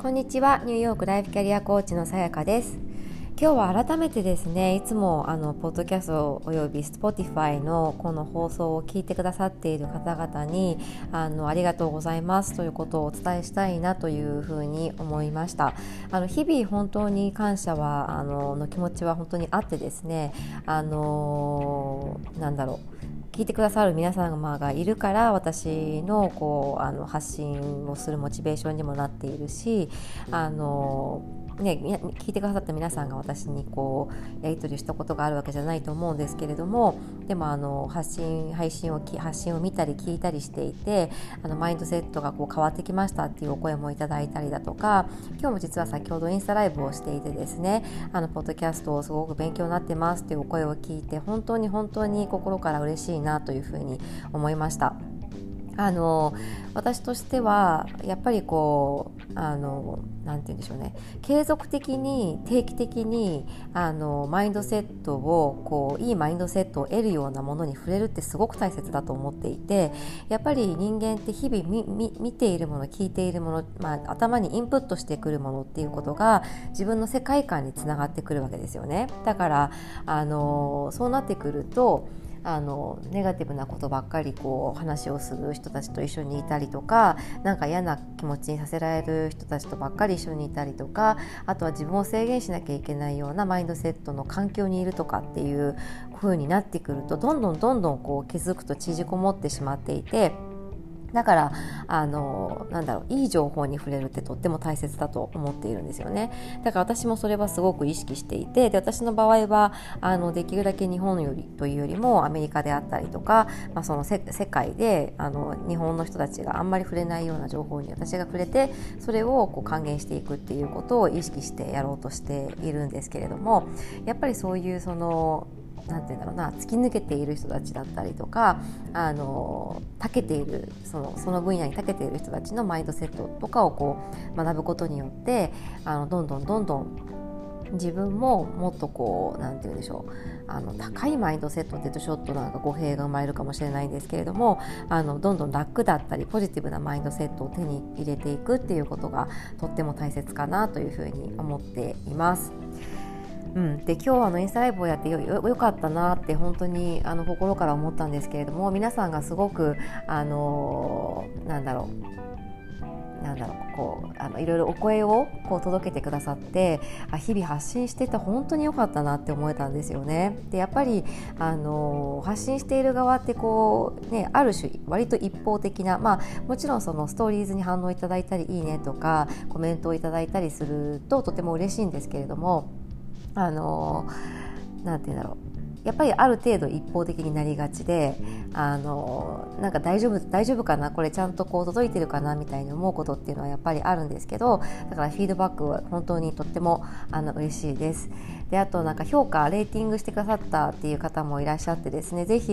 こんにちは。ニューヨークライフキャリアコーチのさやかです。今日は改めてですね、いつもポッドキャストおよび Spotify のこの放送を聞いてくださっている方々にありがとうございますということをお伝えしたいなというふうに思いました。日々本当に感謝はの気持ちは本当にあってですね、聞いてくださる皆様がいるから私の発信をするモチベーションにもなっているし、聞いてくださった皆さんが私にやり取りしたことがあるわけじゃないと思うんですけれども、でも発信を見たり聞いたりしていて、マインドセットが変わってきましたっていうお声もいただいたりだとか、今日も実は先ほどインスタライブをしていてですね、ポッドキャストをすごく勉強になってますっていうお声を聞いて、本当に心から嬉しいなというふうに思いました。私としてはやっぱりなんて言うんでしょうね、継続的に定期的にマインドセットをいいマインドセットを得るようなものに触れるってすごく大切だと思っていて、やっぱり人間って日々見ているもの、聞いているもの、頭にインプットしてくるものっていうことが自分の世界観につながってくるわけですよね。だからそうなってくるとネガティブなことばっかり話をする人たちと一緒にいたりとか、なんか嫌な気持ちにさせられる人たちとばっかり一緒にいたりとか、あとは自分を制限しなきゃいけないようなマインドセットの環境にいるとかっていう風になってくると、どんどん気づくと縮こもってしまっていて、だからいい情報に触れるってとっても大切だと思っているんですよね。だから私もそれはすごく意識していて、で私の場合はできるだけ日本よりというよりもアメリカであったりとか、その世界で日本の人たちがあんまり触れないような情報に私が触れて、それを還元していくっていうことを意識してやろうとしているんですけれども、やっぱりそういうなんていうんだろうな、突き抜けている人たちだったりとか、長けているその分野に長けている人たちのマインドセットとかを学ぶことによって、どんどん自分ももっとなんていうんでしょう、高いマインドセットって言うとちょっと語弊が生まれるかもしれないんですけれども、どんどん楽だったりポジティブなマインドセットを手に入れていくっていうことがとっても大切かなというふうに思っています。で今日インスタライブをやってよかったなって本当に心から思ったんですけれども、皆さんがすごくいろいろお声を届けてくださって、日々発信してて本当に良かったなって思えたんですよね。でやっぱり発信している側ってある種割と一方的な、もちろんそのストーリーズに反応いただいたりいいねとかコメントをいただいたりするととても嬉しいんですけれども、なんていうんだろう、やっぱりある程度一方的になりがちで、なんか大丈夫かな、これちゃんと届いてるかなみたいに思うことっていうのはやっぱりあるんですけど、だからフィードバックは本当にとっても嬉しいです。であと評価レーティングしてくださったっていう方もいらっしゃってですね、ぜひ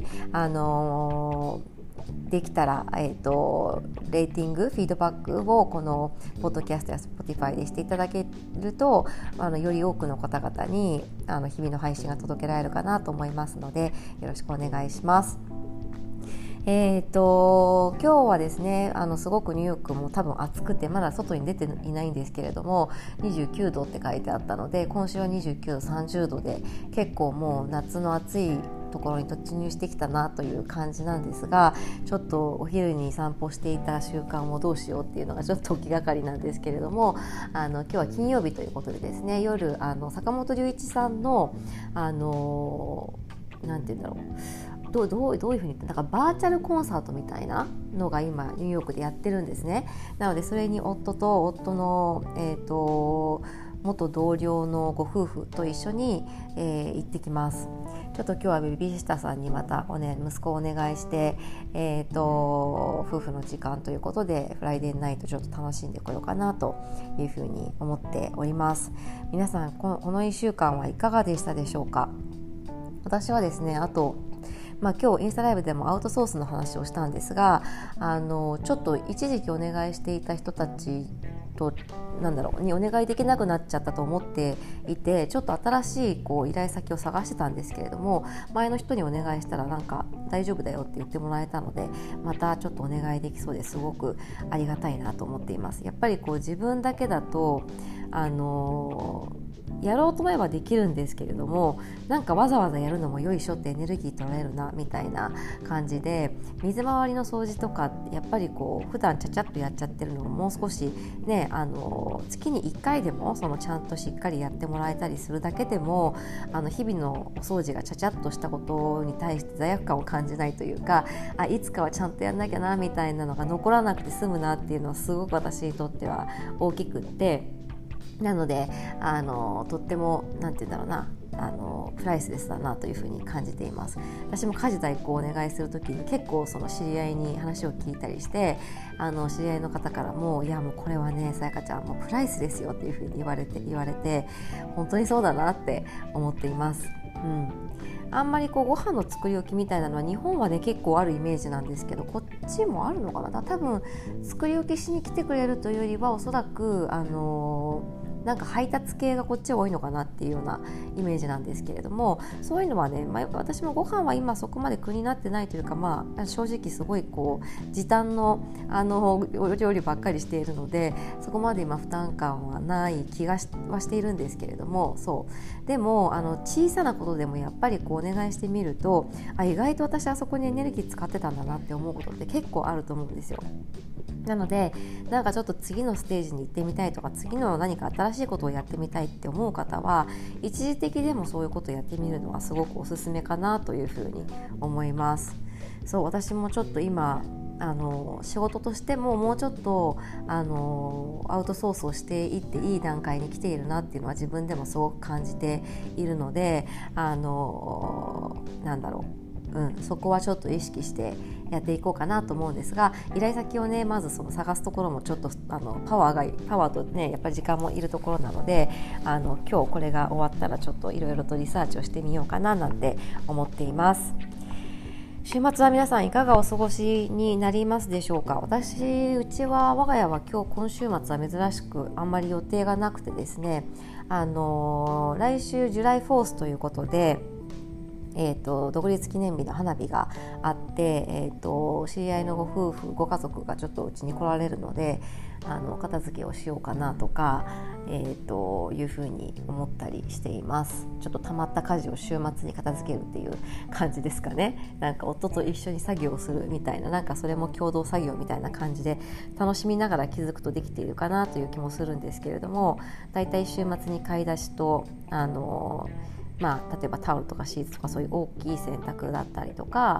できたら、レーティングフィードバックをこのポッドキャストや Spotify でしていただけるとより多くの方々に日々の配信が届けられるかなと思いますので、よろしくお願いします。今日はですねすごくニューヨークも多分暑くてまだ外に出ていないんですけれども、29度って書いてあったので、今週は29度30度で結構もう夏の暑いところに突入してきたなという感じなんですが、ちょっとお昼に散歩していた習慣をどうしようっていうのがちょっと気がかりなんですけれども、今日は金曜日ということでですね、夜坂本龍一さんのなんていうんだろう、どういうふうにバーチャルコンサートみたいなのが今ニューヨークでやってるんですね。なのでそれに夫の、元同僚のご夫婦と一緒に、行ってきます。ちょっと今日はベビーシッターさんにまた息子をお願いして、夫婦の時間ということでフライデーナイトちょっと楽しんでこようかなというふうに思っております。皆さんこの1週間はいかがでしたでしょうか。私はですね、あと今日インスタライブでもアウトソースの話をしたんですが、ちょっと一時期お願いしていた人たちとにお願いできなくなっちゃったと思っていて、ちょっと新しい依頼先を探してたんですけれども、前の人にお願いしたら大丈夫だよって言ってもらえたので、またちょっとお願いできそうですごくありがたいなと思っています。やっぱり自分だけだとやろうと思えばできるんですけれども、わざわざやるのもよいしょってエネルギー取られるなみたいな感じで、水回りの掃除とかやっぱり普段ちゃちゃっとやっちゃってるのをもう少しね、月に1回でもちゃんとしっかりやってもらえたりするだけでも、日々のお掃除がちゃちゃっとしたことに対して罪悪感を感じないというか、いつかはちゃんとやんなきゃなみたいなのが残らなくて済むなっていうのはすごく私にとっては大きくって、なのでとってもプライスレスだなというふうに感じています。私も家事代行をお願いするときに結構知り合いに話を聞いたりして、知り合いの方からも、いやもうこれはねさやかちゃんもうプライスですよっていうふうに言われて本当にそうだなって思っています。あんまりご飯の作り置きみたいなのは日本はね結構あるイメージなんですけど、こっちもあるのかな。多分作り置きしに来てくれるというよりは、おそらく配達系がこっちは多いのかなっていうようなイメージなんですけれども、そういうのはね、私もご飯は今そこまで苦になってないというか、正直すごい時短のお料理ばっかりしているので、そこまで今負担感はない気がしているんですけれども、でも小さなことでもやっぱりお願いしてみると、意外と私あそこにエネルギー使ってたんだなって思うことって結構あると思うんですよ。なのでちょっと次のステージに行ってみたいとか、次の何か新しいことをやってみたいって思う方は、一時的でもそういうことをやってみるのはすごくおすすめかなというふうに思います。私もちょっと今仕事としてももうちょっとアウトソースをしていっていい段階に来ているなっていうのは自分でもすごく感じているので、そこはちょっと意識してやっていこうかなと思うんですが、依頼先をねまず探すところもちょっとパワーとねやっぱり時間もいるところなので、今日これが終わったらちょっといろいろとリサーチをしてみようかななんて思っています。週末は皆さんいかがお過ごしになりますでしょうか。我が家は今週末は珍しくあんまり予定がなくてですね、来週ジュライフォースということで独立記念日の花火があって、知り合いのご家族がちょっとうちに来られるので、片付けをしようかなとか、いうふうに思ったりしています。ちょっと溜まった家事を週末に片付けるっていう感じですかね。夫と一緒に作業をするみたいな、それも共同作業みたいな感じで楽しみながら気づくとできているかなという気もするんですけれども、だいたい週末に買い出しと例えばタオルとかシーツとかそういう大きい洗濯だったりとか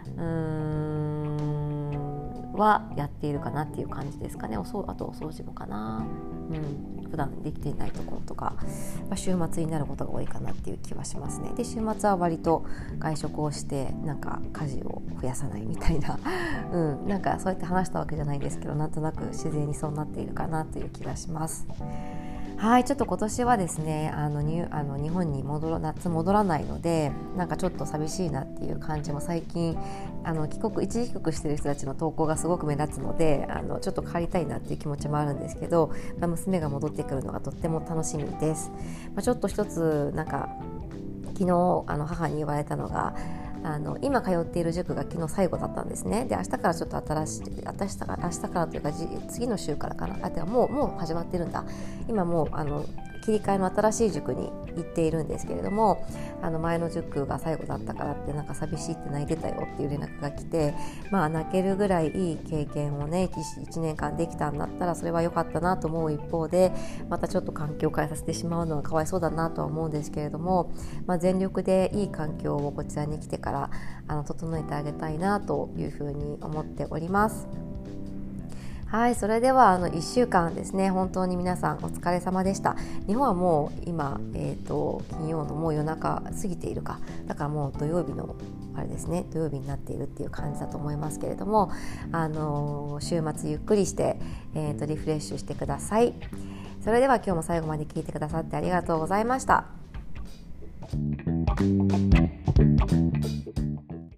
はやっているかなっていう感じですかね。あとお掃除もかな、普段できていないところとか、週末になることが多いかなっていう気はしますね。で週末は割と外食をして家事を増やさないみたいな、そうやって話したわけじゃないですけど、なんとなく自然にそうなっているかなという気がします。はい、ちょっと今年はですね日本に夏戻らないのでちょっと寂しいなっていう感じも最近一時帰国してる人たちの投稿がすごく目立つのでちょっと帰りたいなっていう気持ちもあるんですけど、娘が戻ってくるのがとっても楽しみです。ちょっと一つ昨日母に言われたのが今通っている塾が昨日最後だったんですね。で明日からちょっと明日からというか次の週からかな、もう始まってるんだ。今もう切り替えの新しい塾に行っているんですけれども、前の塾が最後だったからって寂しいって泣いてたよっていう連絡が来て、泣けるぐらいいい経験をね1年間できたんだったらそれは良かったなと思う一方で、またちょっと環境を変えさせてしまうのはかわいそうだなとは思うんですけれども、全力でいい環境をこちらに来てから整えてあげたいなというふうに思っております。はい、それでは1週間ですね、本当に皆さんお疲れ様でした。日本はもう今、金曜のもう夜中過ぎているか、だからもう土曜日になっているっていう感じだと思いますけれども、週末ゆっくりして、リフレッシュしてください。それでは今日も最後まで聞いてくださってありがとうございました。